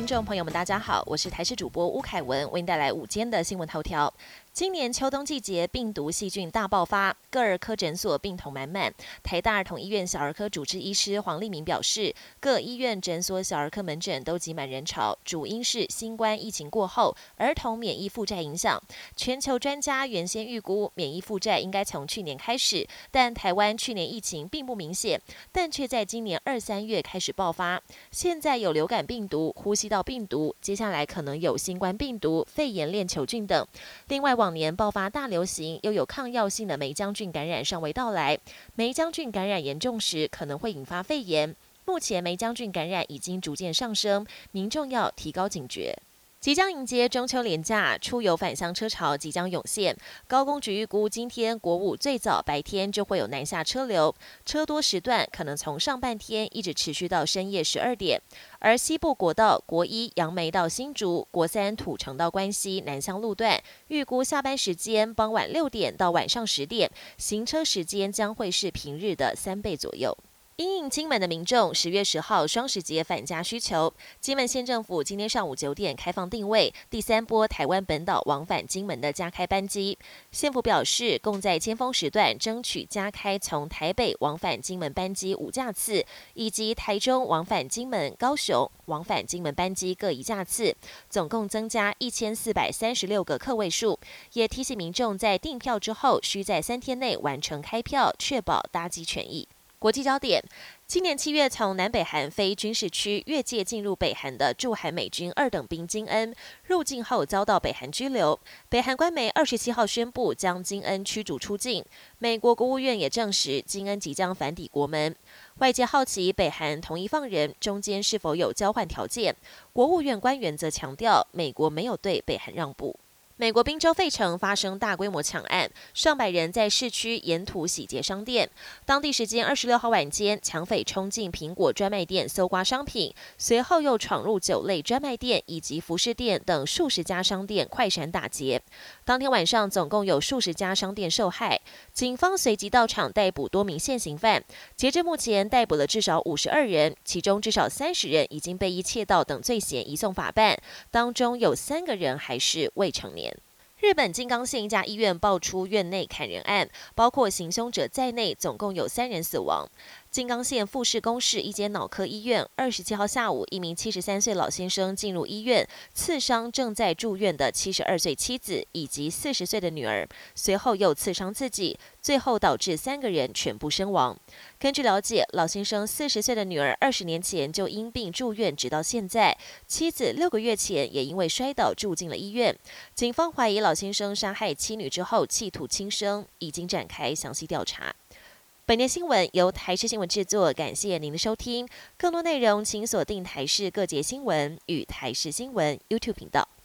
听众朋友们，大家好，我是台视主播吴凯文，为您带来午间的新闻头条。今年秋冬季节病毒细菌大爆发，各儿科诊所病童满满。台大儿童医院小儿科主治医师黄立明表示，各医院诊所小儿科门诊都挤满人潮，主因是新冠疫情过后，儿童免疫负债影响。全球专家原先预估免疫负债应该从去年开始，但台湾去年疫情并不明显，但却在今年2、3月开始爆发。现在有流感病毒、呼吸道病毒，接下来可能有新冠病毒、肺炎链球菌等。另外，往年爆发大流行又有抗药性的梅浆菌感染尚未到来，梅浆菌感染严重时可能会引发肺炎。目前梅浆菌感染已经逐渐上升，民众要提高警觉。即将迎接中秋连假，出游返乡车潮即将涌现。高公局预估，今天国五最早白天就会有南下车流，车多时段可能从上半天一直持续到深夜12点。而西部国道国一杨梅到新竹、国三土城到关西南向路段，预估下班时间傍晚6点到晚上10点，行车时间将会是平日的3倍左右。因应金门的民众10月10号双十节返家需求，金门县政府今天上午9点开放定位第3波台湾本岛往返金门的加开班机。县府表示，共在尖峰时段争取加开从台北往返金门班机5架次，以及台中往返金门、高雄往返金门班机各1架次，总共增加1436个客位数。也提醒民众在订票之后，需在3天内完成开票，确保搭机权益。国际焦点，今年7月从南北韩非军事区越界进入北韩的驻韩美军2等兵金恩，入境后遭到北韩拘留。北韩官媒27号宣布将金恩驱逐出境。美国国务院也证实金恩即将返抵国门。外界好奇北韩同意放人，中间是否有交换条件？国务院官员则强调，美国没有对北韩让步。美国宾州费城发生大规模抢案，上百人在市区沿途洗劫商店。当地时间26号晚间，抢匪冲进苹果专卖店搜刮商品，随后又闯入酒类专卖店以及服饰店等数十家商店快闪打劫。当天晚上，总共有数十家商店受害。警方随即到场逮捕多名现行犯，截至目前逮捕了至少52人，其中至少30人已经被依窃盗等罪嫌移送法办，当中有3个人还是未成年。日本静冈县一家医院爆出院内砍人案，包括行凶者在内，总共有3人死亡。静冈县富士宫市一间脑科医院27号下午，一名73岁老先生进入医院，刺伤正在住院的72岁妻子以及40岁的女儿，随后又刺伤自己，最后导致3个人全部身亡。根据了解，老先生40岁的女儿20年前就因病住院，直到现在；妻子6个月前也因为摔倒住进了医院。警方怀疑老先生杀害妻女之后企图轻生，已经展开详细调查。本节新闻由台视新闻制作，感谢您的收听。更多内容请锁定台视各节新闻与台视新闻 YouTube 频道。